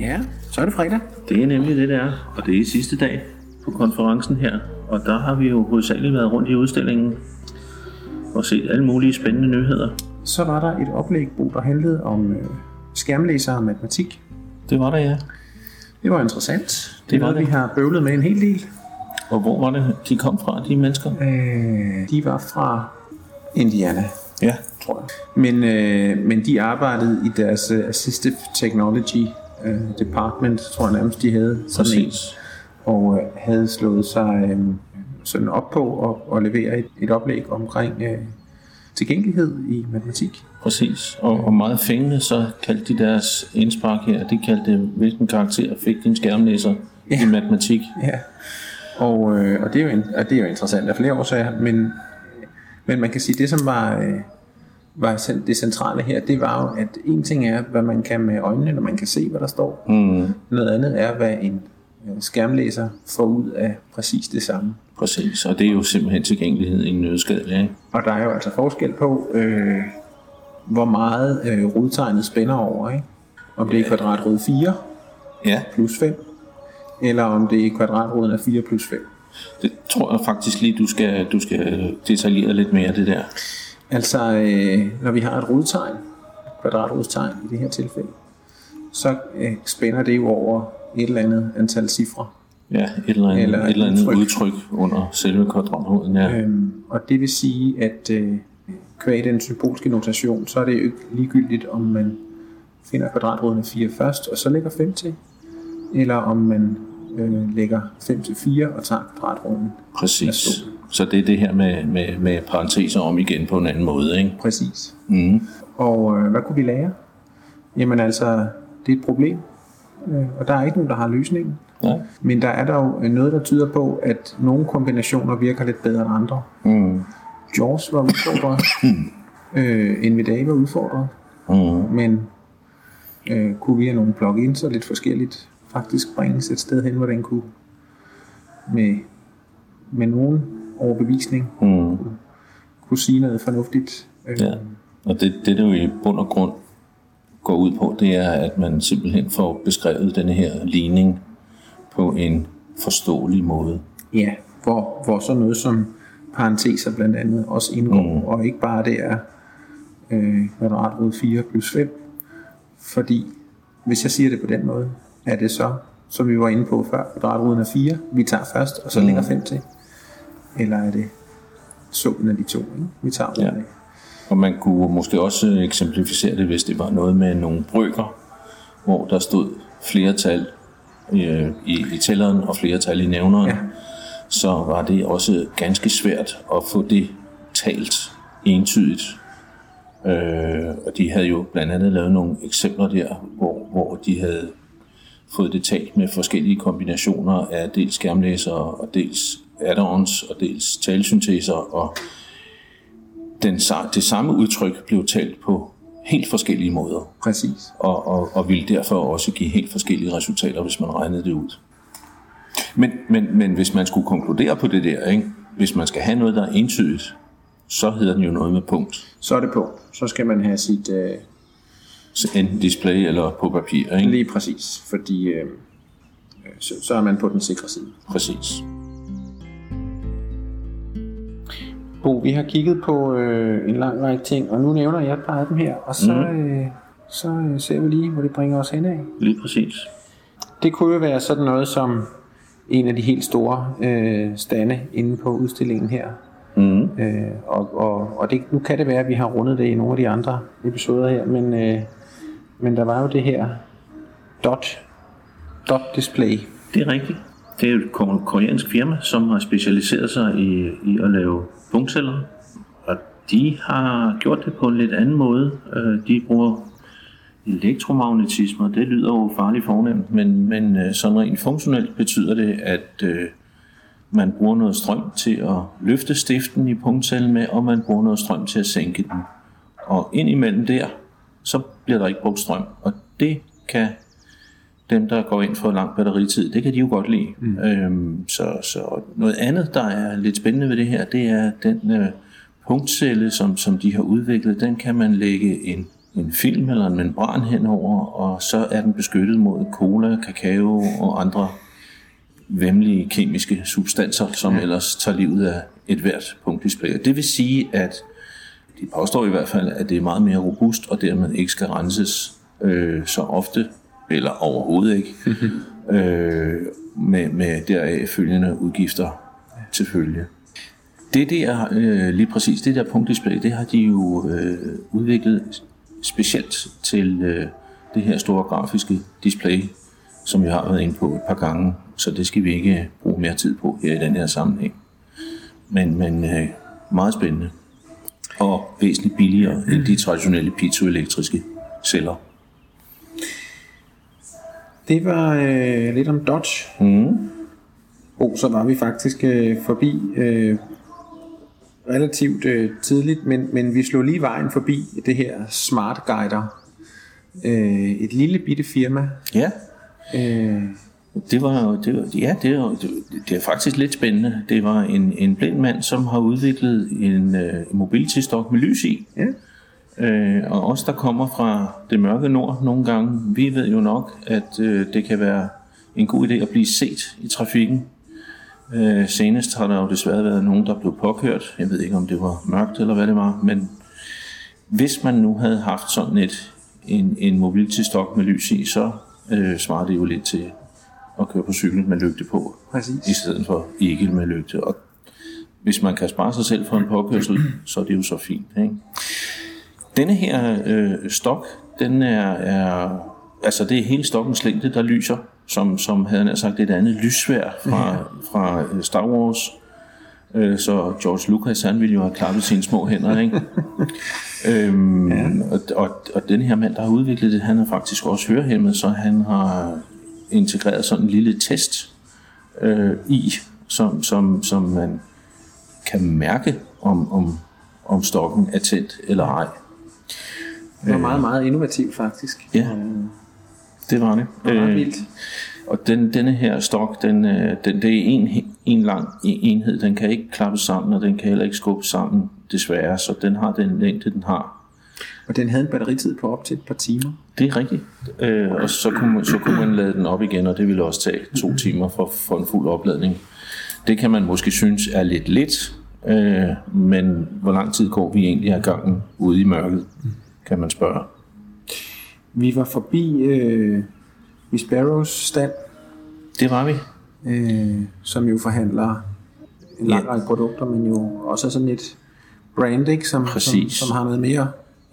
Ja, så er det fredag. Det er nemlig det, der, og det er sidste dag på konferencen her. Og der har vi jo hovedsageligt været rundt i udstillingen og set alle mulige spændende nyheder. Så var der et oplæg, der handlede om skærmlæsere og matematik. Det var der, ja. Det var interessant. Det er noget, vi har bøvlet med en hel del. Og hvor var det, de kom fra, de mennesker? De var fra Indiana, ja, tror jeg. Men de arbejdede i deres Assistive Technology Department, tror jeg nærmest, de havde. Præcis. Og havde slået sig sådan op på at levere et oplæg omkring tilgængelighed i matematik. Præcis. Og meget fængende, så kaldte de deres indspark her, de kaldte det, hvilken karakter fik din skærmlæser i matematik. Ja, og det er jo interessant af flere årsager, men man kan sige, det som var det centrale her, det var jo, at en ting er, hvad man kan med øjnene, når man kan se, hvad der står. Noget andet er, hvad en skærmlæser får ud af præcis det samme. Præcis, og det er jo simpelthen tilgængelighed i en nødskade, ikke? Og der er jo altså forskel på, hvor meget rodtegnet spænder over, ikke? Om det er kvadratrod 4 plus 5, eller om det er kvadratroden af 4 plus 5. Det tror jeg faktisk lige, du skal detaljere lidt mere det der. Altså, når vi har et rodtegn, kvadratrodstegn i det her tilfælde, så spænder det jo over et eller andet antal cifre. Ja, et eller andet udtryk under selve kvadratroden, ja. Og det vil sige, at qua den symbolske notation, så er det jo ikke ligegyldigt, om man finder kvadratroden af 4 først, og så lægger 5 til, eller om man lægger 5 til 4 og tager kvadratroden. Præcis. Så det er det her med parenteser om igen på en anden måde, ikke? Præcis. Og hvad kunne vi lære? Jamen altså, det er et problem, og der er ikke nogen, der har løsningen. Nej. Men der er der jo noget, der tyder på, at nogle kombinationer virker lidt bedre end andre. JAWS var udfordret, NVDA var udfordret, men kunne via nogle plugins og lidt forskelligt faktisk bringes et sted hen, hvor den kunne med nogen overbevisning kunne sige noget fornuftigt. Ja. Og det jo i bund og grund går ud på, det er, at man simpelthen får beskrevet denne her ligning på en forståelig måde. Ja, hvor så noget som parenteser blandt andet også indgår, og ikke bare det er kvadratrod 4 plus 5. Fordi hvis jeg siger det på den måde, er det så, som vi var inde på før, kvadratroden er 4, vi tager først, og så lægger 5 til. Eller er det summen af de to, ikke? Vi tager ud af. Og man kunne måske også eksemplificere det, hvis det var noget med nogle brøker, hvor der stod flere tal i tælleren og flere tal i nævneren. Ja. Så var det også ganske svært at få det talt entydigt. Og de havde jo blandt andet lavet nogle eksempler der, hvor de havde fået det talt med forskellige kombinationer af dels skærmlæsere og dels add-ons og dels talesynteser, og det samme udtryk blev talt på helt forskellige måder. Præcis. Og ville derfor også give helt forskellige resultater, hvis man regnede det ud. Men hvis man skulle konkludere på det der, ikke? Hvis man skal have noget, der er entydigt, så hedder den jo noget med punkt. Så er det punkt. Så skal man have sit enten display eller på papir, ikke? Lige præcis, fordi så er man på den sikre side. Præcis. Bo, vi har kigget på en lang række ting, og nu nævner jeg et par af dem her, og så ser vi lige, hvor det bringer os henad. Lige præcis. Det kunne jo være sådan noget som en af de helt store stande inde på udstillingen her. Og nu kan det være, at vi har rundet det i nogle af de andre episoder her, men der var jo det her dot display. Det er rigtigt. Det er jo et koreansk firma, som har specialiseret sig i at lave punktceller, og de har gjort det på en lidt anden måde. De bruger elektromagnetisme, og det lyder jo farligt fornemt, men sådan rent funktionelt betyder det, at man bruger noget strøm til at løfte stiften i punktcellen med, og man bruger noget strøm til at sænke den. Og indimellem der, så bliver der ikke brugt strøm, og det kan dem, der går ind for lang batteritid, det kan de jo godt lide. Så noget andet, der er lidt spændende ved det her, det er den punktcelle, som de har udviklet. Den kan man lægge en en film eller en membran henover, og så er den beskyttet mod cola, kakao og andre væmmelige kemiske substanser, som ellers tager livet af et hvert punktdisplay. Det vil sige, at de påstår i hvert fald, at det er meget mere robust, og dermed ikke skal renses så ofte, eller overhovedet ikke, med deraf følgende udgifter til følge. Det der, lige præcis det der punktdisplay, det har de jo udviklet specielt til det her store grafiske display, som vi har været inde på et par gange, så det skal vi ikke bruge mere tid på her i den her sammenhæng. Men meget spændende og væsentligt billigere end de traditionelle piezoelektriske celler. Det var lidt om Dodge. Så var vi faktisk forbi relativt tidligt, men vi slog lige vejen forbi det her Smart Guider. Et lille bitte firma. Ja. Det er faktisk lidt spændende. Det var en blind mand, som har udviklet en mobility-stok med lys i. Ja. Og os, der kommer fra det mørke nord nogle gange, vi ved jo nok, at det kan være en god idé at blive set i trafikken. Senest har der jo desværre været nogen, der blev påkørt. Jeg ved ikke, om det var mørkt eller hvad det var, men hvis man nu havde haft sådan en mobility-stok med lys i, så svarer det jo lidt til at køre på cykel med lygte på. Præcis. I stedet for ikke med lygte. Og hvis man kan spare sig selv for en påkørsel, så er det jo så fint, ikke? Denne her stok, den er altså det er hele stokkens længde, der lyser, som havde han sagt et andet lyssværd fra Star Wars. Så George Lucas, han ville jo have klappet sine små hænder, ikke? Og den her mand, der har udviklet det, han er faktisk også hørehæmmet, så han har integreret sådan en lille test som man kan mærke, om stokken er tændt eller ej. Det var meget, meget innovativt faktisk. Ja, det var det. Det var meget vildt. Og denne her stok, det er en lang enhed. Den kan ikke klappes sammen, og den kan heller ikke skubbe sammen, desværre. Så den har den længde, den har. Og den havde en batteritid på op til et par timer. Det er rigtigt. Og så kunne man lade den op igen, og det ville også tage 2 timer for en fuld opladning. Det kan man måske synes er lidt, men hvor lang tid går vi egentlig af gangen ude i mørket, kan man spørge. Vi var forbi Visperos stand. Det var vi. Som jo forhandler en lang række produkter, men jo også sådan et brand, ikke, som har noget mere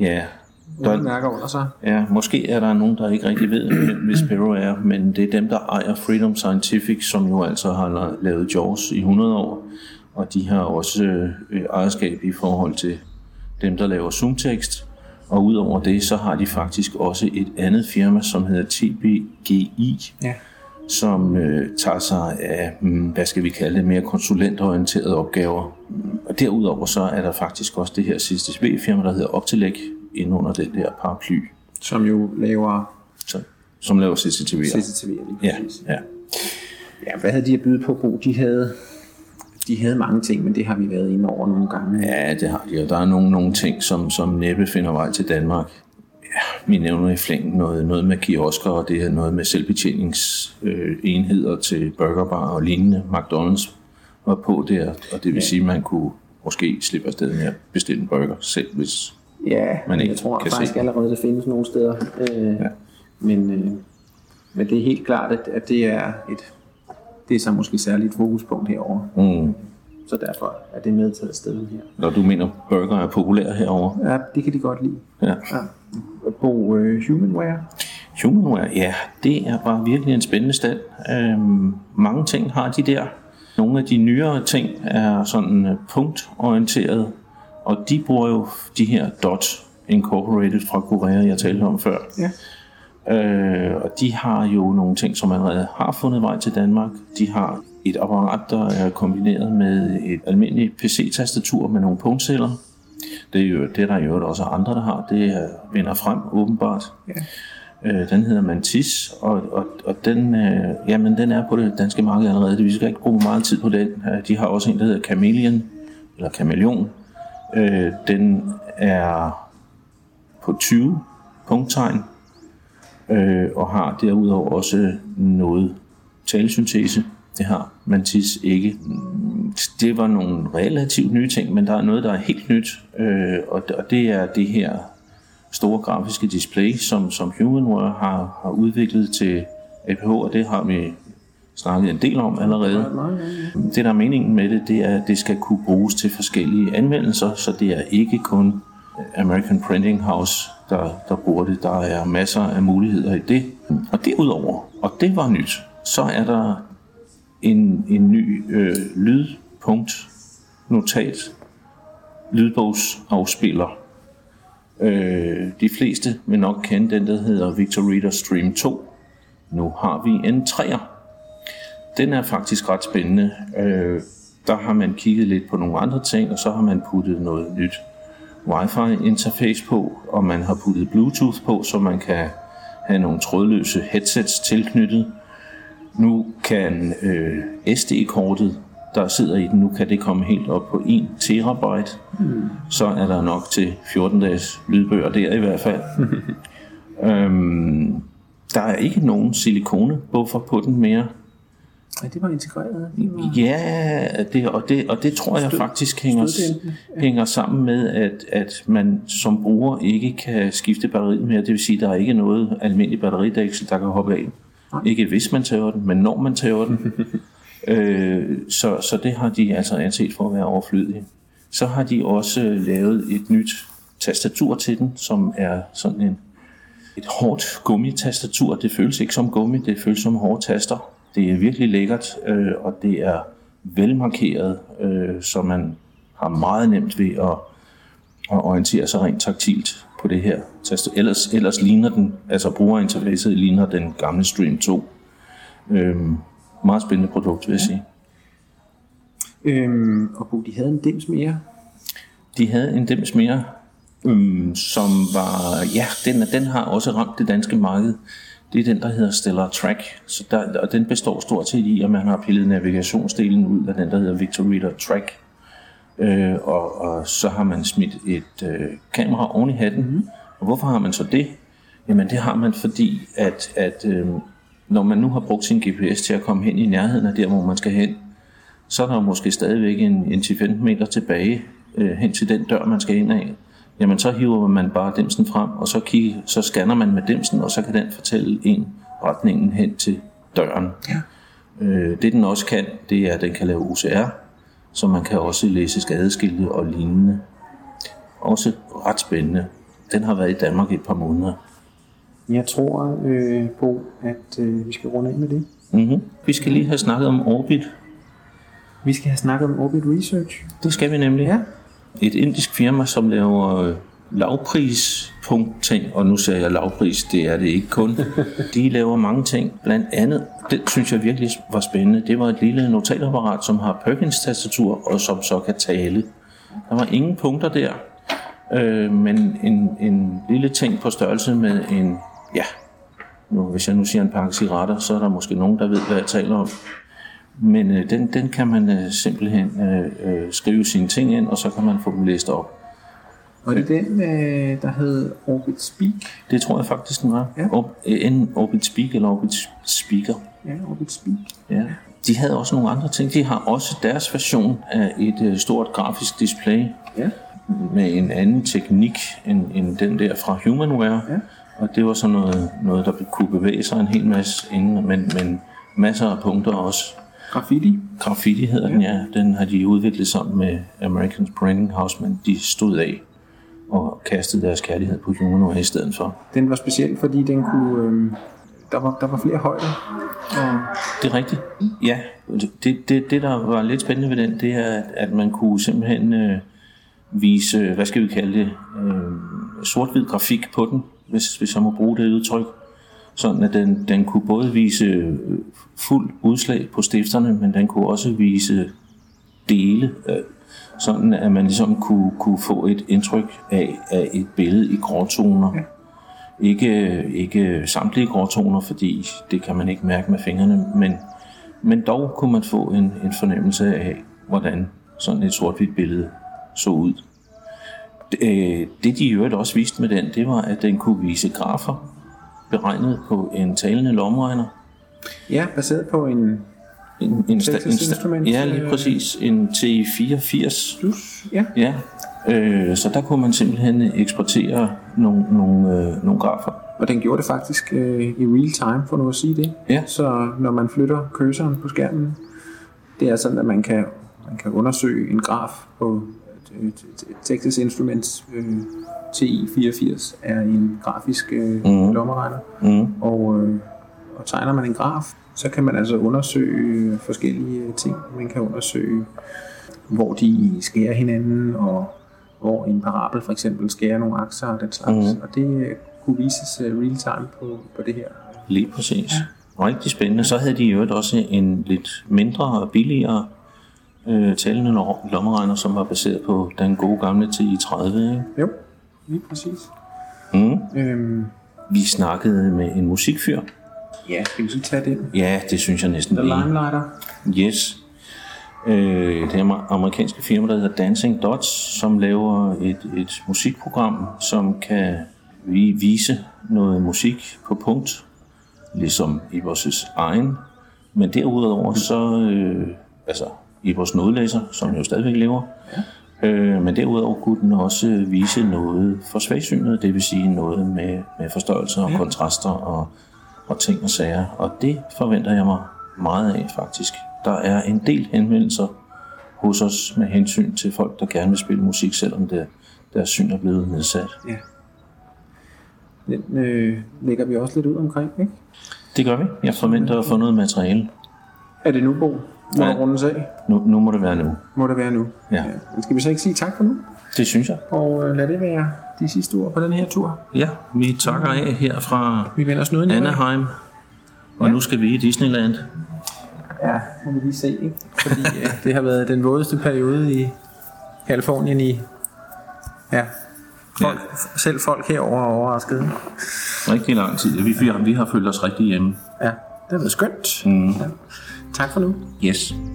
mærker under sig. Ja, måske er der nogen, der ikke rigtig ved, hvem Vispero er, men det er dem, der ejer Freedom Scientific, som jo altså har lavet JAWS i 100 år, og de har også ejerskab i forhold til dem, der laver zoomtekst. Og udover det, så har de faktisk også et andet firma, som hedder TBGI, som tager sig af, hvad skal vi kalde det, mere konsulentorienterede opgaver. Og derudover så er der faktisk også det her CCTV-firma, der hedder Optelec, inde under den der paraply. Som jo laver... Som laver CCTV'er. CCTV'er, lige præcis. Ja. Ja, hvad havde de at byde på, Bo? De havde mange ting, men det har vi været inde over nogle gange. Ja, det har de, og der er nogle ting, som næppe finder vej til Danmark. Ja, vi nævner i flæng noget med kiosker, og det er noget med selvbetjeningsenheder til burgerbar og lignende. McDonald's var på der, og det vil sige, at man kunne måske slippe afsted med at bestille en burger selv, hvis man ikke jeg tror kan faktisk se. allerede, det findes nogle steder. Men det er helt klart, at det er så måske særligt et fokuspunkt herovre. Så derfor er det medtaget stedet her. Når du mener, burger er populære herovre? Ja, det kan de godt lide. Ja. På Humanware? Humanware, ja, det er bare virkelig en spændende stand. Mange ting har de der. Nogle af de nyere ting er sådan punktorienteret, og de bruger jo de her Dodge Incorporated fra Korea, jeg talte om før. Ja. Og de har jo nogle ting, som allerede har fundet vej til Danmark. De har et apparat, der er kombineret med et almindeligt PC-tastatur med nogle punktceller. Det er jo det, der jo også andre, der har. Det vinder frem åbenbart. Ja. Den hedder Mantis, og den er på det danske marked allerede. Vi skal ikke bruge meget tid på den. De har også en, der hedder Chameleon. Den er på 20 punkttegn, og har derudover også noget talesyntese. Det har Mantis ikke. Det var nogle relativt nye ting, men der er noget, der er helt nyt, og det er det her store grafiske display, som Humanware har udviklet til APH, og det har vi snakket en del om allerede. Det, der er meningen med det, det er, at det skal kunne bruges til forskellige anvendelser, så det er ikke kun American Printing House, der bruger det. Der er masser af muligheder i det. Og derudover, og det var nyt, så er der en ny lydpunktnotat, lydbogsafspiller. De fleste vil nok kende den, der hedder Victor Reader Stream 2. Nu har vi en 3'er. Den er faktisk ret spændende. Der har man kigget lidt på nogle andre ting, og så har man puttet noget nyt Wi-Fi interface på, og man har puttet Bluetooth på, så man kan have nogle trådløse headsets tilknyttet. Nu kan SD-kortet, der sidder i den, nu kan det komme helt op på 1 terabyte. Så er der nok til 14 dages lydbøger der i hvert fald. Der er ikke nogen silikonebuffer på den mere. Ja, det var integreret. Ja, det tror jeg faktisk hænger sammen med, at man som bruger ikke kan skifte batteriet mere. Det vil sige, at der er ikke noget almindelig batteridæksel, der kan hoppe af. Ikke hvis man tager den, men når man tager den. Så det har de altså anset for at være overflødige. Så har de også lavet et nyt tastatur til den, som er sådan et hårdt gummitastatur. Det føles ikke som gummi, det føles som hårde taster. Det er virkelig lækkert, og det er velmarkeret, så man har meget nemt ved at orientere sig rent taktilt på det her tastatur. Ellers ligner den, altså brugerinterfacet ligner den gamle Stream 2. Meget spændende produkt, vil jeg sige. Og de havde en dims mere? De havde en dims mere, som var, ja, den har også ramt det danske marked. Det er den, der hedder Stellar Track, og den består stort set i, at man har pillet navigationsdelen ud af den, der hedder Victor Reader Track. Og så har man smidt et kamera oven i hatten. Og hvorfor har man så det? Jamen det har man, fordi at når man nu har brugt sin GPS til at komme hen i nærheden af der, hvor man skal hen, så er der måske stadigvæk en 10-15 meter tilbage hen til den dør, man skal ind af. Jamen så hiver man bare dimsen frem, og så scanner man med dimsen, og så kan den fortælle en retningen hen til døren. Ja. Det den også kan, det er, at den kan lave OCR, så man kan også læse skadeskilte og lignende. Også ret spændende. Den har været i Danmark i et par måneder. Jeg tror på, at vi skal runde af med det. Vi skal lige have snakket om Orbit. Vi skal have snakket om Orbit Research. Det skal vi nemlig. Ja. Et indisk firma, som laver lavpris-ting, og nu siger jeg lavpris, det er det ikke kun. De laver mange ting, blandt andet, det synes jeg virkelig var spændende, det var et lille notatapparat, som har Perkins-tastatur, og som så kan tale. Der var ingen punkter der, men en lille ting på størrelse med en, ja, hvis jeg nu siger en pakke cigaretter, så er der måske nogen, der ved, hvad jeg taler om. Men den kan man simpelthen skrive sine ting ind, og så kan man få dem læst op. Og det er den, der hed Orbit Speak? Det tror jeg faktisk, den var. Ja. Orbit Speak eller Orbit Speaker. Ja, Orbit Speak. Ja. De havde også nogle andre ting. De har også deres version af et stort grafisk display, ja, med en anden teknik end den der fra Humanware. Ja. Og det var så noget der kunne bevæge sig en hel masse inden, men masser af punkter også. Graffiti hedder den, ja. Den har de udviklet sammen med American Printing House, men de stod af og kastede deres kærlighed på Humanware i stedet for. Den var speciel, fordi den kunne, der var flere højder. Og... Det er rigtigt. Ja, det der var lidt spændende ved den, det er, at man kunne simpelthen vise, hvad skal vi kalde det, sort-hvid grafik på den, hvis jeg må bruge det udtryk. Sådan at den kunne både vise fuld udslag på stifterne, men den kunne også vise dele, sådan at man ligesom kunne få et indtryk af et billede i gråtoner. Ja. Ikke samtlige gråtoner, fordi det kan man ikke mærke med fingrene, men dog kunne man få en fornemmelse af, hvordan sådan et sort-hvidt billede så ud. Det de i øvrigt også viste med den, det var, at den kunne vise grafer beregnet på en talende lommeregner. Ja, baseret på en Texas-instrument. Ja, lige præcis. En TI-84 Plus, ja. Ja, så der kunne man simpelthen eksportere nogle grafer. Og den gjorde det faktisk i real time, for nu at sige det. Ja. Så når man flytter cursoren på skærmen, det er sådan, at man kan undersøge en graf på Texas Instruments TI-84 er en grafisk lommeregner. Og tegner man en graf, så kan man altså undersøge forskellige ting. Man kan undersøge, hvor de skærer hinanden, og hvor en parabel for eksempel skærer nogle akser og den slags. Og det kunne vises real time på det her. Lige præcis. Rigtig spændende. Så havde de jo også en lidt mindre og billigere talende lommeregner, som var baseret på den gode gamle TI-30. Ikke? Jo, lige præcis. Vi snakkede med en musikfyr. Ja, skal vi så tage den? Ja, det synes jeg næsten. The Limelighter. Yes. Det er amerikanske firma, der hedder Dancing Dots, som laver et musikprogram, som kan vise noget musik på punkt, ligesom i vores egen. Men derudover så, altså i vores nodelæser, som jo stadigvæk lever, men derudover kunne den også vise noget for svagsynet, det vil sige noget med forstørrelser og kontraster og ting og sager. Og det forventer jeg mig meget af faktisk. Der er en del henvendelser hos os med hensyn til folk, der gerne vil spille musik, selvom deres syn er blevet nedsat. Ja. Den lægger vi også lidt ud omkring, ikke? Det gør vi. Jeg forventer at få noget materiale. Er det nu, Bo? Må der rundes af? Nu må det være nu. Må det være nu? Ja. Men skal vi så ikke sige tak for nu? Det synes jeg. Og lad det være de sidste ord på den her tur. Ja, vi takker af her fra Anaheim. Og nu skal vi i Disneyland. Ja, må vi lige se, ikke? Fordi det har været den vådeste periode i Californien i... Ja, selv folk herovre er overrasket. Rigtig lang tid. Vi har følt os rigtig hjemme. Ja, det har været skønt. Ja. Tak for nu. Yes.